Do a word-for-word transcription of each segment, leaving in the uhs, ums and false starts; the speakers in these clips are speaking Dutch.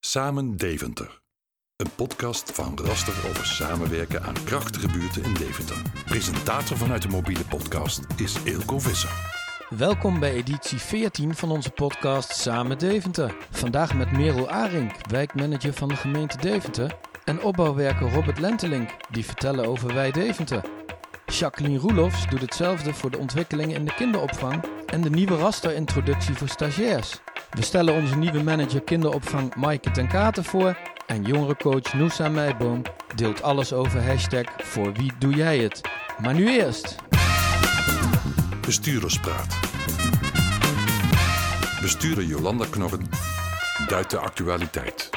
Samen Deventer. Een podcast van Raster over samenwerken aan krachtige buurten in Deventer. Presentator vanuit de mobiele podcast is Eelco Visser. Welkom bij editie veertien van onze podcast Samen Deventer. Vandaag met Merel Arink, wijkmanager van de gemeente Deventer, en opbouwwerker Robert Lentelink, die vertellen over Wij Deventer. Jacqueline Roelofs doet hetzelfde voor de ontwikkelingen in de kinderopvang en de nieuwe rasterintroductie voor stagiairs. We stellen onze nieuwe manager kinderopvang Maaike ten Katen voor en jongerencoach Noosa Meijboom deelt alles over hashtag voor wie doe jij het. Maar nu eerst. Bestuurderspraat. Bestuurder Jolanda Knorren duidt de actualiteit.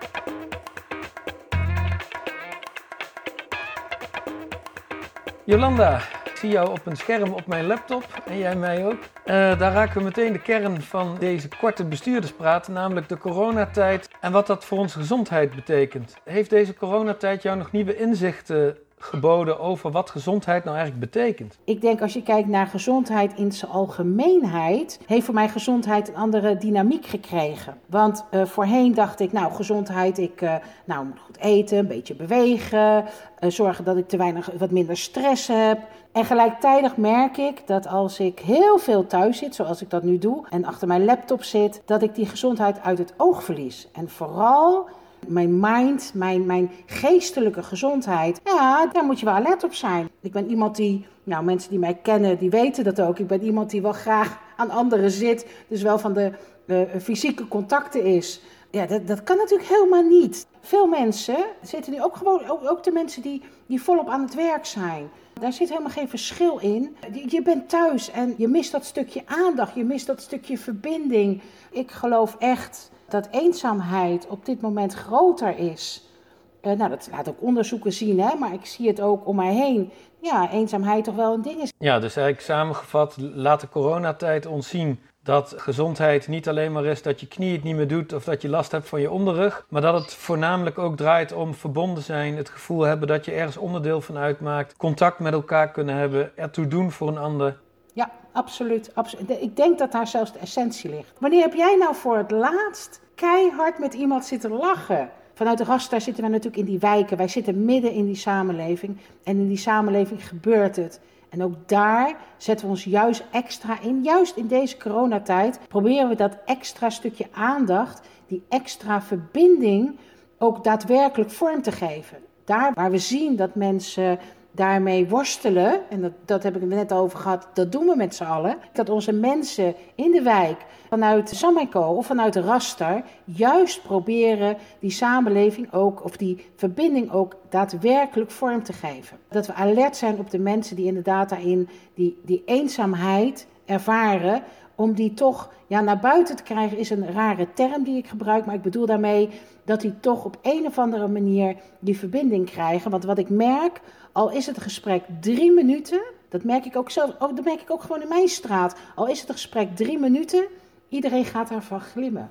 Jolanda, ik zie jou op een scherm op mijn laptop en jij mij ook. Uh, daar raken we meteen de kern van deze korte bestuurderspraat, namelijk de coronatijd en wat dat voor onze gezondheid betekent. Heeft deze coronatijd jou nog nieuwe inzichten geboden over wat gezondheid nou eigenlijk betekent? Ik denk als je kijkt naar gezondheid in zijn algemeenheid, heeft voor mij gezondheid een andere dynamiek gekregen. Want uh, voorheen dacht ik, nou gezondheid, ik uh, nou, moet goed eten, een beetje bewegen, uh, zorgen dat ik te weinig, wat minder stress heb. En gelijktijdig merk ik dat als ik heel veel thuis zit, zoals ik dat nu doe, en achter mijn laptop zit, dat ik die gezondheid uit het oog verlies. En vooral mijn mind, mijn, mijn geestelijke gezondheid, ja, daar moet je wel alert op zijn. Ik ben iemand die, nou mensen die mij kennen, die weten dat ook. Ik ben iemand die wel graag aan anderen zit, dus wel van de uh, fysieke contacten is. Ja, dat, dat kan natuurlijk helemaal niet. Veel mensen zitten nu ook gewoon, ook, ook de mensen die, die volop aan het werk zijn. Daar zit helemaal geen verschil in. Je bent thuis en je mist dat stukje aandacht, je mist dat stukje verbinding. Ik geloof echt dat eenzaamheid op dit moment groter is. Uh, nou, dat laat ook onderzoeken zien, hè, maar ik zie het ook om mij heen. Ja, eenzaamheid toch wel een ding is. Ja, dus eigenlijk samengevat laat de coronatijd ons zien dat gezondheid niet alleen maar is dat je knie het niet meer doet of dat je last hebt van je onderrug, maar dat het voornamelijk ook draait om verbonden zijn, het gevoel hebben dat je ergens onderdeel van uitmaakt, contact met elkaar kunnen hebben, ertoe doen voor een ander. Ja, absoluut, absoluut. Ik denk dat daar zelfs de essentie ligt. Wanneer heb jij nou voor het laatst keihard met iemand zitten lachen? Vanuit de Raster zitten wij natuurlijk in die wijken. Wij zitten midden in die samenleving. En in die samenleving gebeurt het. En ook daar zetten we ons juist extra in. Juist in deze coronatijd proberen we dat extra stukje aandacht, die extra verbinding, ook daadwerkelijk vorm te geven. Daar waar we zien dat mensen daarmee worstelen, en dat, dat heb ik het net over gehad, dat doen we met z'n allen. Dat onze mensen in de wijk, vanuit Samenco of vanuit de Raster, juist proberen die samenleving ook, of die verbinding ook daadwerkelijk vorm te geven. Dat we alert zijn op de mensen die inderdaad daarin die, die eenzaamheid ervaren, om die toch ja, naar buiten te krijgen is een rare term die ik gebruik, maar ik bedoel daarmee dat die toch op een of andere manier die verbinding krijgen. Want wat ik merk, al is het een gesprek drie minuten, dat merk ik ook zelf, oh, dat merk ik ook gewoon in mijn straat. Al is het een gesprek drie minuten, iedereen gaat daarvan glimmen.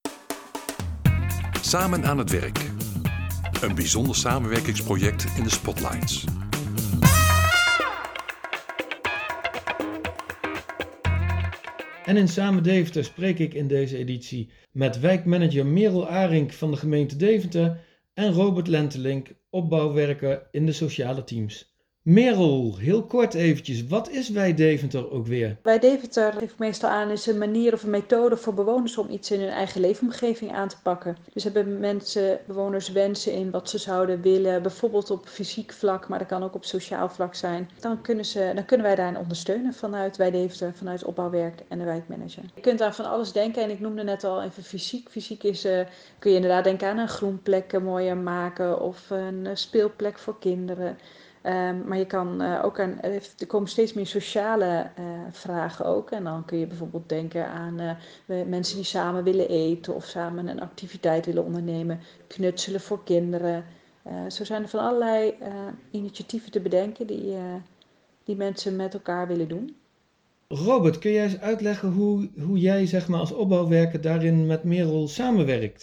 Samen aan het werk. Een bijzonder samenwerkingsproject in de Spotlights. En in Samen Deventer spreek ik in deze editie met wijkmanager Merel Arink van de gemeente Deventer en Robert Lentelink, opbouwwerker in de sociale teams. Merel, heel kort eventjes, wat is Wij Deventer ook weer? Wij Deventer geeft meestal aan is een manier of een methode voor bewoners om iets in hun eigen leefomgeving aan te pakken. Dus hebben mensen, bewoners wensen in wat ze zouden willen, bijvoorbeeld op fysiek vlak, maar dat kan ook op sociaal vlak zijn. Dan kunnen, ze, dan kunnen wij daarin ondersteunen vanuit Wij Deventer, vanuit opbouwwerk en de wijkmanager. Je kunt aan van alles denken en ik noemde net al even fysiek. Fysiek is, uh, kun je inderdaad denken aan een groenplek mooier maken of een uh, speelplek voor kinderen. Um, maar je kan uh, ook aan, er komen steeds meer sociale uh, vragen ook. En dan kun je bijvoorbeeld denken aan uh, mensen die samen willen eten of samen een activiteit willen ondernemen. Knutselen voor kinderen. Uh, zo zijn er van allerlei uh, initiatieven te bedenken die, uh, die mensen met elkaar willen doen. Robert, kun jij eens uitleggen hoe, hoe jij zeg maar, als opbouwwerker daarin met Merel samenwerkt?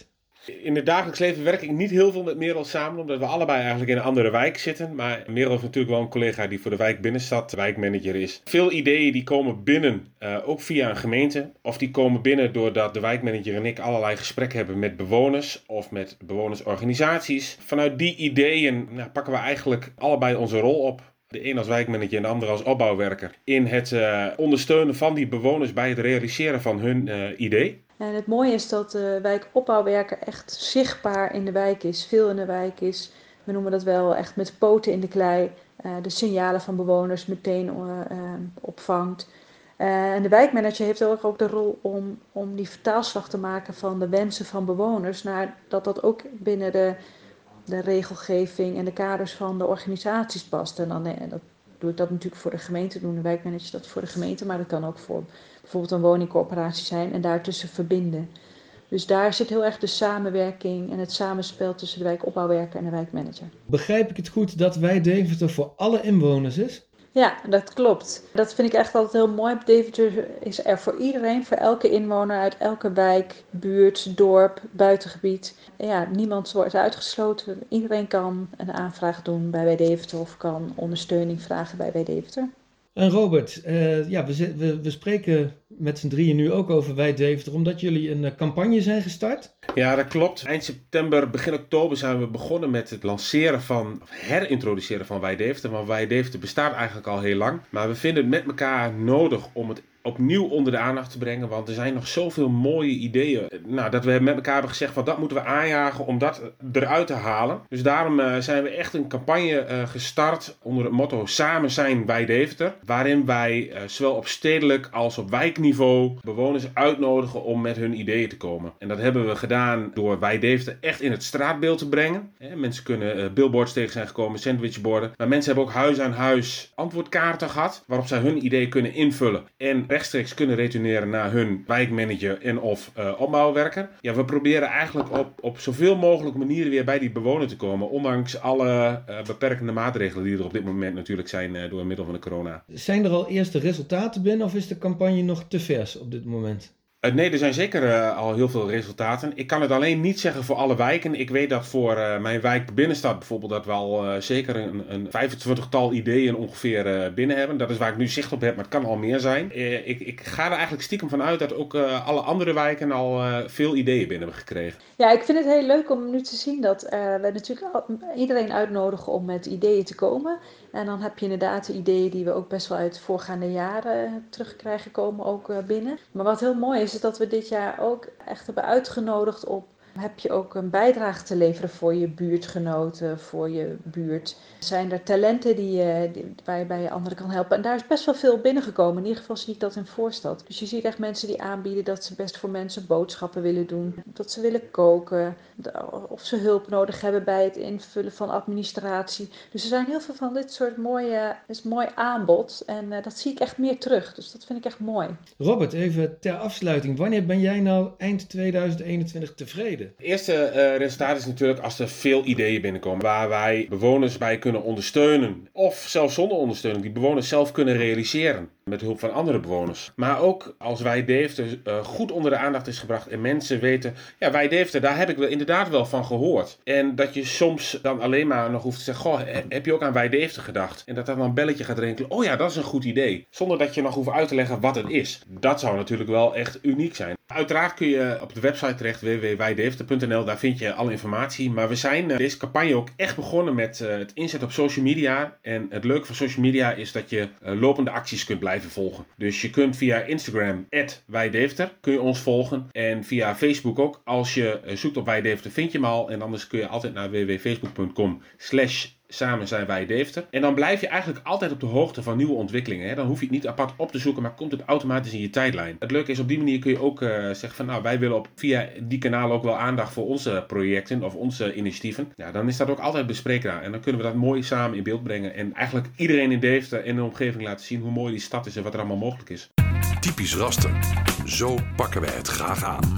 In het dagelijks leven werk ik niet heel veel met Merel samen, omdat we allebei eigenlijk in een andere wijk zitten. Maar Merel heeft natuurlijk wel een collega die voor de wijk Binnenstad wijkmanager is. Veel ideeën die komen binnen, uh, ook via een gemeente. Of die komen binnen doordat de wijkmanager en ik allerlei gesprekken hebben met bewoners of met bewonersorganisaties. Vanuit die ideeën nou, pakken we eigenlijk allebei onze rol op. De een als wijkmanager en de ander als opbouwwerker. In het uh, ondersteunen van die bewoners bij het realiseren van hun uh, idee. En het mooie is dat de wijkopbouwwerker echt zichtbaar in de wijk is, veel in de wijk is. We noemen dat wel echt met poten in de klei. Uh, de signalen van bewoners meteen uh, uh, opvangt. Uh, en de wijkmanager heeft ook, ook de rol om, om die vertaalslag te maken van de wensen van bewoners. Naar dat dat ook binnen de, de regelgeving en de kaders van de organisaties past. En dan, en dat doe ik dat natuurlijk voor de gemeente, doen de wijkmanager dat voor de gemeente. Maar dat kan ook voor bijvoorbeeld een woningcorporatie zijn en daartussen verbinden. Dus daar zit heel erg de samenwerking en het samenspel tussen de wijkopbouwwerker en de wijkmanager. Begrijp ik het goed dat Wij Deventer voor alle inwoners is? Ja, dat klopt. Dat vind ik echt altijd heel mooi. Deventer is er voor iedereen, voor elke inwoner uit elke wijk, buurt, dorp, buitengebied. Ja, niemand wordt uitgesloten. Iedereen kan een aanvraag doen bij Wij Deventer of kan ondersteuning vragen bij Wij Deventer. En Robert, uh, ja, we, we, we spreken met z'n drieën nu ook over Wij Deventer, omdat jullie een uh, campagne zijn gestart. Ja, dat klopt. Eind september, begin oktober zijn we begonnen met het lanceren van, of herintroduceren van Wij Deventer. Want Wij Deventer bestaat eigenlijk al heel lang. Maar we vinden het met elkaar nodig om het opnieuw onder de aandacht te brengen, want er zijn nog zoveel mooie ideeën. Nou, dat we met elkaar hebben gezegd van dat moeten we aanjagen om dat eruit te halen. Dus daarom uh, zijn we echt een campagne uh, gestart onder het motto Samen zijn Wij Deventer, waarin wij uh, zowel op stedelijk als op wijkniveau bewoners uitnodigen om met hun ideeën te komen. En dat hebben we gedaan door Wij Deventer echt in het straatbeeld te brengen. He, mensen kunnen uh, billboards tegen zijn gekomen, sandwichborden, maar mensen hebben ook huis aan huis antwoordkaarten gehad, waarop zij hun ideeën kunnen invullen en rechtstreeks kunnen retourneren naar hun wijkmanager en of uh, opbouwwerker. Ja, we proberen eigenlijk op, op zoveel mogelijk manieren weer bij die bewoner te komen, ondanks alle uh, beperkende maatregelen die er op dit moment natuurlijk zijn uh, door middel van de corona. Zijn er al eerste resultaten binnen of is de campagne nog te vers op dit moment? Uh, nee, er zijn zeker uh, al heel veel resultaten. Ik kan het alleen niet zeggen voor alle wijken. Ik weet dat voor uh, mijn wijk Binnenstad bijvoorbeeld dat we al uh, zeker een, een vijfentwintigtal ideeën ongeveer uh, binnen hebben. Dat is waar ik nu zicht op heb, maar het kan al meer zijn. Uh, ik, ik ga er eigenlijk stiekem van uit dat ook uh, alle andere wijken al uh, veel ideeën binnen hebben gekregen. Ja, ik vind het heel leuk om nu te zien dat uh, we natuurlijk al, iedereen uitnodigen om met ideeën te komen. En dan heb je inderdaad de ideeën die we ook best wel uit voorgaande jaren terugkrijgen komen ook uh, binnen. Maar wat heel mooi is, is dat we dit jaar ook echt hebben uitgenodigd op, heb je ook een bijdrage te leveren voor je buurtgenoten, voor je buurt. Zijn er talenten die je, die, waar je bij je anderen kan helpen? En daar is best wel veel binnengekomen. In ieder geval zie ik dat in Voorstad. Dus je ziet echt mensen die aanbieden dat ze best voor mensen boodschappen willen doen. Dat ze willen koken. Of ze hulp nodig hebben bij het invullen van administratie. Dus er zijn heel veel van dit soort mooie, is mooi aanbod. En uh, dat zie ik echt meer terug. Dus dat vind ik echt mooi. Robert, even ter afsluiting. Wanneer ben jij nou eind tweeduizend eenentwintig tevreden? Het eerste uh, resultaat is natuurlijk als er veel ideeën binnenkomen waar wij bewoners bij kunnen ondersteunen. Of zelfs zonder ondersteuning, die bewoners zelf kunnen realiseren. Met hulp van andere bewoners. Maar ook als Wij Deventer uh, goed onder de aandacht is gebracht en mensen weten, ja, Wij Deventer, daar heb ik wel inderdaad wel van gehoord. En dat je soms dan alleen maar nog hoeft te zeggen, goh, heb je ook aan Wij Deventer gedacht? En dat dan een belletje gaat rinkelen, oh ja, dat is een goed idee. Zonder dat je nog hoeft uit te leggen wat het is. Dat zou natuurlijk wel echt uniek zijn. Uiteraard kun je op de website terecht, w w w punt wij deventer punt n l, daar vind je alle informatie. Maar we zijn uh, deze campagne ook echt begonnen met uh, het inzetten op social media. En het leuke van social media is dat je uh, lopende acties kunt blijven volgen. Dus je kunt via Instagram, at wij deventer, kun je ons volgen. En via Facebook ook. Als je uh, zoekt op Wij Deventer vind je hem al. En anders kun je altijd naar w w w punt facebook punt com slash Samen zijn Wij Deventer. En dan blijf je eigenlijk altijd op de hoogte van nieuwe ontwikkelingen. Hè? Dan hoef je het niet apart op te zoeken, maar komt het automatisch in je tijdlijn. Het leuke is, op die manier kun je ook uh, zeggen van, nou, wij willen op, via die kanaal ook wel aandacht voor onze projecten of onze initiatieven. Ja, dan is dat ook altijd bespreekbaar. En dan kunnen we dat mooi samen in beeld brengen. En eigenlijk iedereen in Deventer en de omgeving laten zien hoe mooi die stad is en wat er allemaal mogelijk is. Typisch Raster. Zo pakken wij het graag aan.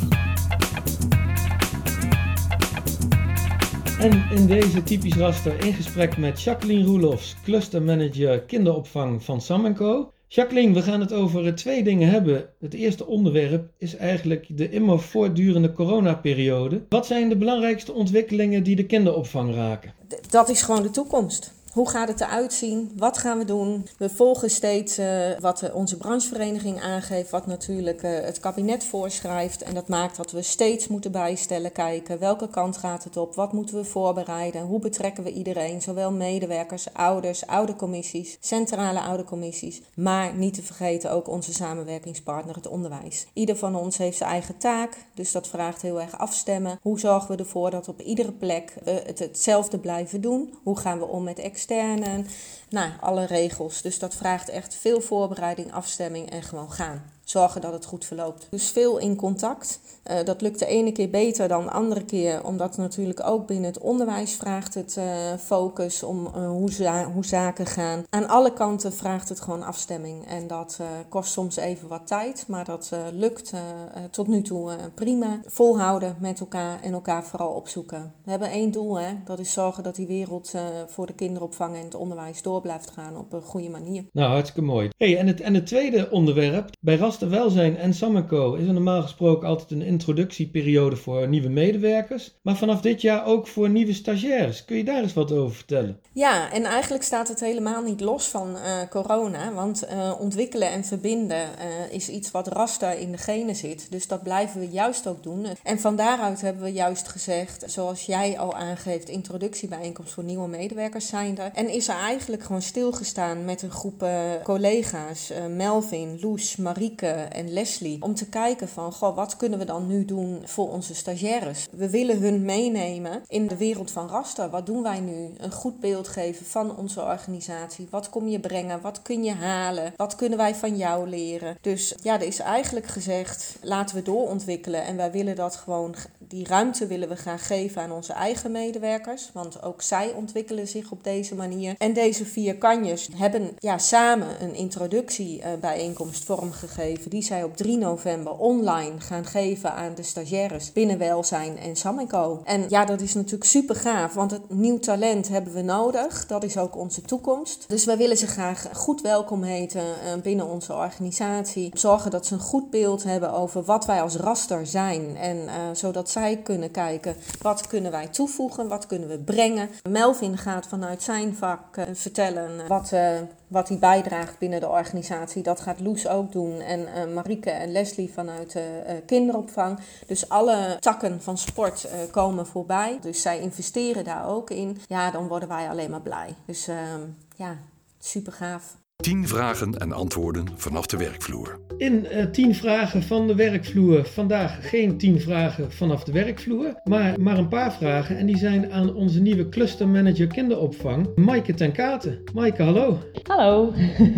En in deze Typisch Raster in gesprek met Jacqueline Roelofs, clustermanager kinderopvang van Sam en Co. Jacqueline, we gaan het over twee dingen hebben. Het eerste onderwerp is eigenlijk de immer voortdurende coronaperiode. Wat zijn de belangrijkste ontwikkelingen die de kinderopvang raken? Dat is gewoon de toekomst. Hoe gaat het eruit zien? Wat gaan we doen? We volgen steeds uh, wat onze branchevereniging aangeeft, wat natuurlijk uh, het kabinet voorschrijft. En dat maakt dat we steeds moeten bijstellen, kijken welke kant gaat het op, wat moeten we voorbereiden, hoe betrekken we iedereen, zowel medewerkers, ouders, oudercommissies, centrale oudercommissies. Maar niet te vergeten ook onze samenwerkingspartner, het onderwijs. Ieder van ons heeft zijn eigen taak, dus dat vraagt heel erg afstemmen. Hoe zorgen we ervoor dat op iedere plek we het hetzelfde blijven doen? Hoe gaan we om met externe? Nou, alle regels. Dus dat vraagt echt veel voorbereiding, afstemming en gewoon gaan. Zorgen dat het goed verloopt. Dus veel in contact. Uh, dat lukt de ene keer beter dan de andere keer. Omdat natuurlijk ook binnen het onderwijs vraagt het uh, focus om uh, hoe, za- hoe zaken gaan. Aan alle kanten vraagt het gewoon afstemming. En dat uh, kost soms even wat tijd. Maar dat uh, lukt uh, uh, tot nu toe uh, prima. Volhouden met elkaar en elkaar vooral opzoeken. We hebben één doel. Hè? Dat is zorgen dat die wereld uh, voor de kinderopvang en het onderwijs door blijft gaan op een goede manier. Nou, hartstikke mooi. Hey, en, het, en het tweede onderwerp. Bij Raster Welzijn en Sam en Co is er normaal gesproken altijd een introductieperiode voor nieuwe medewerkers. Maar vanaf dit jaar ook voor nieuwe stagiaires. Kun je daar eens wat over vertellen? Ja, en eigenlijk staat het helemaal niet los van uh, corona. Want uh, ontwikkelen en verbinden uh, is iets wat Raster in de genen zit. Dus dat blijven we juist ook doen. En van daaruit hebben we juist gezegd, zoals jij al aangeeft, introductiebijeenkomst voor nieuwe medewerkers zijn er. En is er eigenlijk gewoon stilgestaan met een groep uh, collega's, uh, Melvin, Loes, Marieke en Leslie, om te kijken van, goh, wat kunnen we dan nu doen voor onze stagiaires? We willen hun meenemen in de wereld van Raster. Wat doen wij nu? Een goed beeld geven van onze organisatie. Wat kom je brengen? Wat kun je halen? Wat kunnen wij van jou leren? Dus ja, er is eigenlijk gezegd, laten we doorontwikkelen. En wij willen dat gewoon, die ruimte willen we gaan geven aan onze eigen medewerkers. Want ook zij ontwikkelen zich op deze manier. En deze vier kanjes hebben ja, samen een introductiebijeenkomst vormgegeven. Die zij op drie november online gaan geven aan de stagiaires binnen Welzijn en Sam en Co. En ja, dat is natuurlijk super gaaf, want het nieuw talent hebben we nodig. Dat is ook onze toekomst. Dus wij willen ze graag goed welkom heten binnen onze organisatie. Zorgen dat ze een goed beeld hebben over wat wij als Raster zijn. En uh, zodat zij kunnen kijken, wat kunnen wij toevoegen, wat kunnen we brengen. Melvin gaat vanuit zijn vak uh, vertellen wat, uh, wat hij bijdraagt binnen de organisatie. Dat gaat Loes ook doen. En uh, Marieke en Leslie vanuit de uh, uh, kinderopvang. Dus alle takken van sport uh, komen voorbij. Dus zij investeren daar ook in. Ja, dan worden wij alleen maar blij. Dus uh, ja, super gaaf. tien vragen en antwoorden vanaf de werkvloer. In uh, tien vragen van de werkvloer. Vandaag geen tien vragen vanaf de werkvloer, maar, maar een paar vragen. En die zijn aan onze nieuwe clustermanager kinderopvang, Maaike ten Katen. Maaike, hallo. Hallo.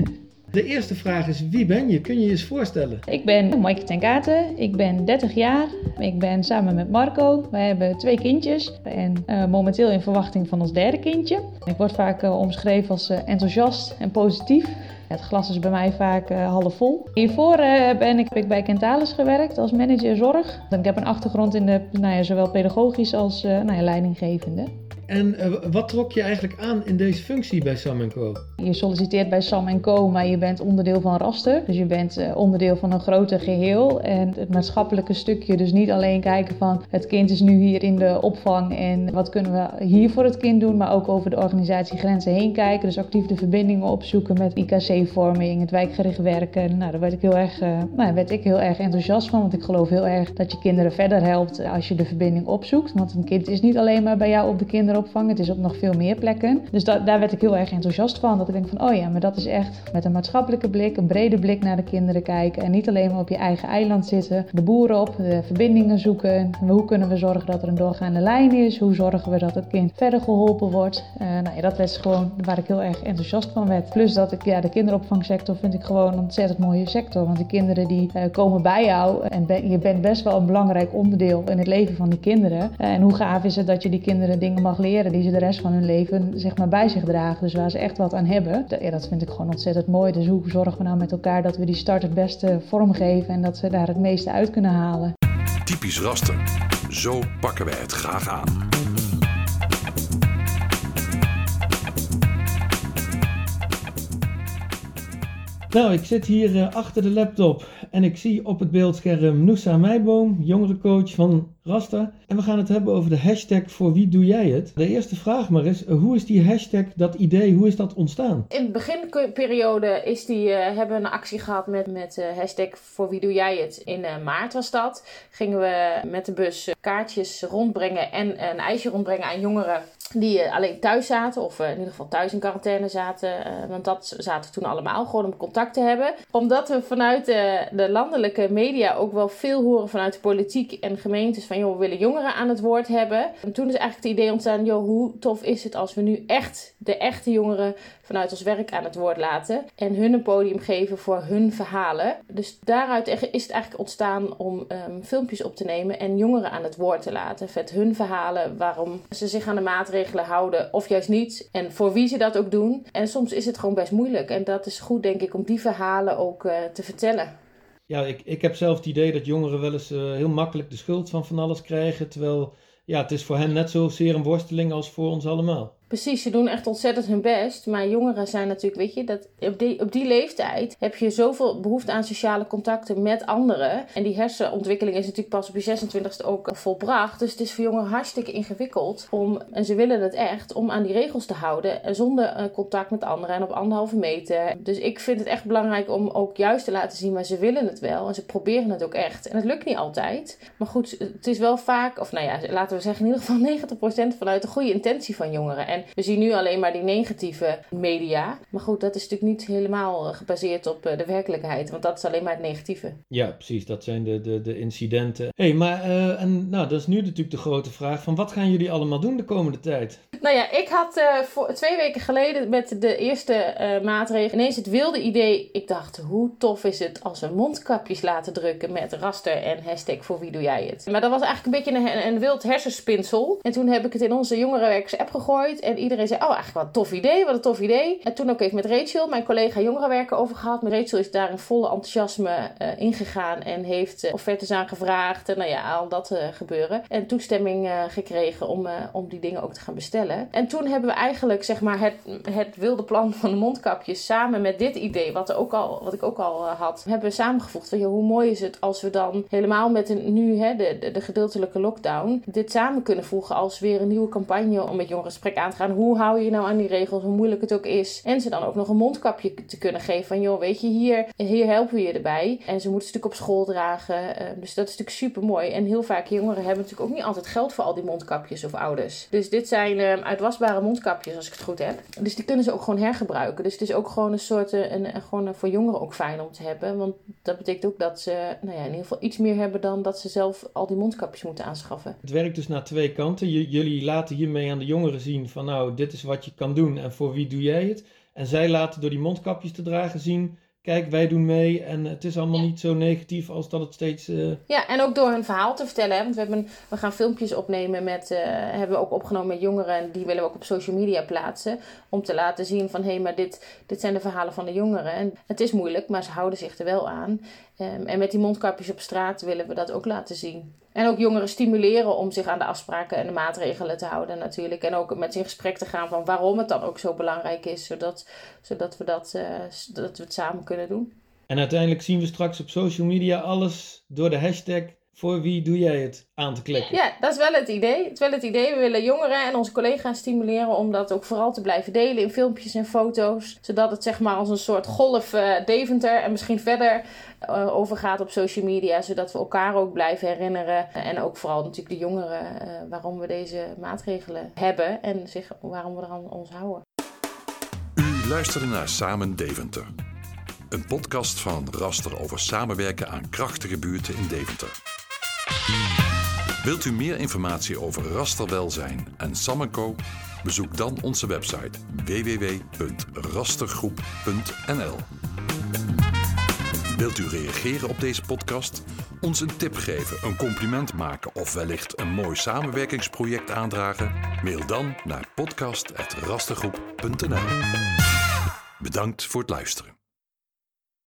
De eerste vraag is, wie ben je? Kun je je eens voorstellen? Ik ben Maaike ten Katen, ik ben dertig jaar. Ik ben samen met Marco. Wij hebben twee kindjes en uh, momenteel in verwachting van ons derde kindje. Ik word vaak uh, omschreven als uh, enthousiast en positief. Het glas is bij mij vaak uh, half vol. Hiervoor uh, ben ik, ik bij Kentalis gewerkt als manager zorg. Ik heb een achtergrond in de, nou ja, zowel pedagogisch als uh, nou ja, leidinggevende. En uh, wat trok je eigenlijk aan in deze functie bij Sam en Co? Je solliciteert bij Sam en Co, maar je bent onderdeel van Raster. Dus je bent uh, onderdeel van een groter geheel. En het maatschappelijke stukje, dus niet alleen kijken van het kind is nu hier in de opvang en wat kunnen we hier voor het kind doen, maar ook over de organisatiegrenzen heen kijken. Dus actief de verbindingen opzoeken met I K C-vorming, het wijkgericht werken. Nou, daar werd ik heel erg, uh, nou, daar werd ik heel erg enthousiast van, want ik geloof heel erg dat je kinderen verder helpt als je de verbinding opzoekt. Want een kind is niet alleen maar bij jou op de kinderopvang. Het is op nog veel meer plekken. Dus da- daar werd ik heel erg enthousiast van. Dat ik denk van, oh ja, maar dat is echt met een maatschappelijke blik, een brede blik naar de kinderen kijken. En niet alleen maar op je eigen eiland zitten. De boeren op, de verbindingen zoeken. Hoe kunnen we zorgen dat er een doorgaande lijn is? Hoe zorgen we dat het kind verder geholpen wordt? Uh, nou ja, dat is gewoon waar ik heel erg enthousiast van werd. Plus dat ik, ja, de kinderopvangsector vind ik gewoon een ontzettend mooie sector. Want de kinderen die uh, komen bij jou en ben, je bent best wel een belangrijk onderdeel in het leven van die kinderen. Uh, en hoe gaaf is het dat je die kinderen dingen mag leren die ze de rest van hun leven zeg maar, bij zich dragen. Dus waar ze echt wat aan hebben. Ja, dat vind ik gewoon ontzettend mooi. Dus hoe zorgen we nou met elkaar dat we die start het beste vormgeven en dat ze daar het meeste uit kunnen halen. Typisch Raster. Zo pakken wij het graag aan. Nou, ik zit hier uh, achter de laptop en ik zie op het beeldscherm Noosa Meiboom, jongerencoach van Raster. En we gaan het hebben over de hashtag voor wie doe jij het. De eerste vraag maar is, uh, hoe is die hashtag, dat idee, hoe is dat ontstaan? In de beginperiode is die, uh, hebben we een actie gehad met, met uh, hashtag voor wie doe jij het. In uh, maart was dat. Gingen we met de bus uh, kaartjes rondbrengen en uh, een ijsje rondbrengen aan jongeren die uh, alleen thuis zaten. Of uh, in ieder geval thuis in quarantaine zaten. Uh, want dat zaten toen allemaal gewoon om contact te hebben. Omdat we vanuit de, de landelijke media ook wel veel horen vanuit de politiek en gemeentes van joh, we willen jongeren aan het woord hebben. En toen is eigenlijk het idee ontstaan, joh, hoe tof is het als we nu echt de echte jongeren vanuit ons werk aan het woord laten en hun een podium geven voor hun verhalen. Dus daaruit is het eigenlijk ontstaan om um, filmpjes op te nemen en jongeren aan het woord te laten. Vet hun verhalen, waarom ze zich aan de maatregelen houden of juist niet. En voor wie ze dat ook doen. En soms is het gewoon best moeilijk. En dat is goed, denk ik, om die verhalen ook uh, te vertellen. Ja, ik, ik heb zelf het idee dat jongeren wel eens uh, heel makkelijk de schuld van van alles krijgen. Terwijl ja, het is voor hen net zozeer een worsteling als voor ons allemaal. Precies, ze doen echt ontzettend hun best. Maar jongeren zijn natuurlijk, weet je, dat op, die, op die leeftijd heb je zoveel behoefte aan sociale contacten met anderen. En die hersenontwikkeling is natuurlijk pas op je zesentwintigste ook volbracht. Dus het is voor jongeren hartstikke ingewikkeld om, en ze willen het echt, om aan die regels te houden. En zonder uh, contact met anderen en op anderhalve meter. Dus ik vind het echt belangrijk om ook juist te laten zien, maar ze willen het wel. En ze proberen het ook echt. En het lukt niet altijd. Maar goed, het is wel vaak, of nou ja, laten we zeggen in ieder geval negentig procent vanuit de goede intentie van jongeren. En we zien nu alleen maar die negatieve media. Maar goed, dat is natuurlijk niet helemaal gebaseerd op de werkelijkheid. Want dat is alleen maar het negatieve. Ja, precies. Dat zijn de, de, de incidenten. Hé, hey, maar uh, en, nou, dat is nu natuurlijk de grote vraag van wat gaan jullie allemaal doen de komende tijd? Nou ja, ik had uh, voor twee weken geleden met de eerste uh, maatregelen ineens het wilde idee. Ik dacht, hoe tof is het als we mondkapjes laten drukken met raster en hashtag voor wie doe jij het. Maar dat was eigenlijk een beetje een, een wild hersenspinsel. En toen heb ik het in onze jongerenwerkers app gegooid. En iedereen zei, oh eigenlijk wat een tof idee, wat een tof idee. En toen ook even met Rachel, mijn collega jongerenwerker, over gehad. Met Rachel is daar in volle enthousiasme uh, ingegaan en heeft uh, offertes aangevraagd. En nou ja, al dat uh, gebeuren. En toestemming uh, gekregen om, uh, om die dingen ook te gaan bestellen. En toen hebben we eigenlijk zeg maar het, het wilde plan van de mondkapjes samen met dit idee, wat, er ook al, wat ik ook al uh, had, hebben we samengevoegd. Van, joh, hoe mooi is het als we dan helemaal met een, nu hè, de, de, de gedeeltelijke lockdown dit samen kunnen voegen als weer een nieuwe campagne om met jongeren gesprek aan te gaan. Hoe hou je nou aan die regels, hoe moeilijk het ook is. En ze dan ook nog een mondkapje te kunnen geven van, joh, weet je, hier, hier helpen we je erbij. En ze moeten het natuurlijk op school dragen. Uh, dus dat is natuurlijk super mooi. En heel vaak jongeren hebben natuurlijk ook niet altijd geld voor al die mondkapjes of ouders. Dus dit zijn uh, uitwasbare mondkapjes, als ik het goed heb. Dus die kunnen ze ook gewoon hergebruiken. Dus het is ook gewoon een soort, een, een, gewoon voor jongeren ook fijn om te hebben. Want dat betekent ook dat ze, nou ja, in ieder geval iets meer hebben dan dat ze zelf al die mondkapjes moeten aanschaffen. Het werkt dus naar twee kanten. J- jullie laten hiermee aan de jongeren zien van, nou, dit is wat je kan doen en voor wie doe jij het? En zij laten door die mondkapjes te dragen zien, kijk, wij doen mee en het is allemaal niet zo negatief als dat het steeds... Uh... Ja, en ook door hun verhaal te vertellen. Hè? Want we, hebben, we gaan filmpjes opnemen met... Uh, hebben we ook opgenomen met jongeren en die willen we ook op social media plaatsen. Om te laten zien van, hé, hey, maar dit, dit zijn de verhalen van de jongeren. En het is moeilijk, maar ze houden zich er wel aan. Um, en met die mondkapjes op straat willen we dat ook laten zien. En ook jongeren stimuleren om zich aan de afspraken en de maatregelen te houden natuurlijk. En ook met ze in gesprek te gaan van waarom het dan ook zo belangrijk is. Zodat, zodat we dat, uh, dat we het samen kunnen doen. En uiteindelijk zien we straks op social media alles door de hashtag voor wie doe jij het aan te klikken. Ja, dat is wel het idee. Het is wel het idee. We willen jongeren en onze collega's stimuleren om dat ook vooral te blijven delen in filmpjes en foto's. Zodat het zeg maar als een soort golf uh, Deventer en misschien verder uh, overgaat op social media. Zodat we elkaar ook blijven herinneren. Uh, en ook vooral natuurlijk de jongeren uh, waarom we deze maatregelen hebben en zich, waarom we er aan ons houden. U luisterde naar Samen Deventer. Een podcast van Raster over samenwerken aan krachtige buurten in Deventer. Wilt u meer informatie over rasterwelzijn en Sam en Co? Bezoek dan onze website w w w punt rastergroep punt n l. Wilt u reageren op deze podcast? Ons een tip geven, een compliment maken of wellicht een mooi samenwerkingsproject aandragen? Mail dan naar podcast apenstaartje rastergroep punt n l. Bedankt voor het luisteren.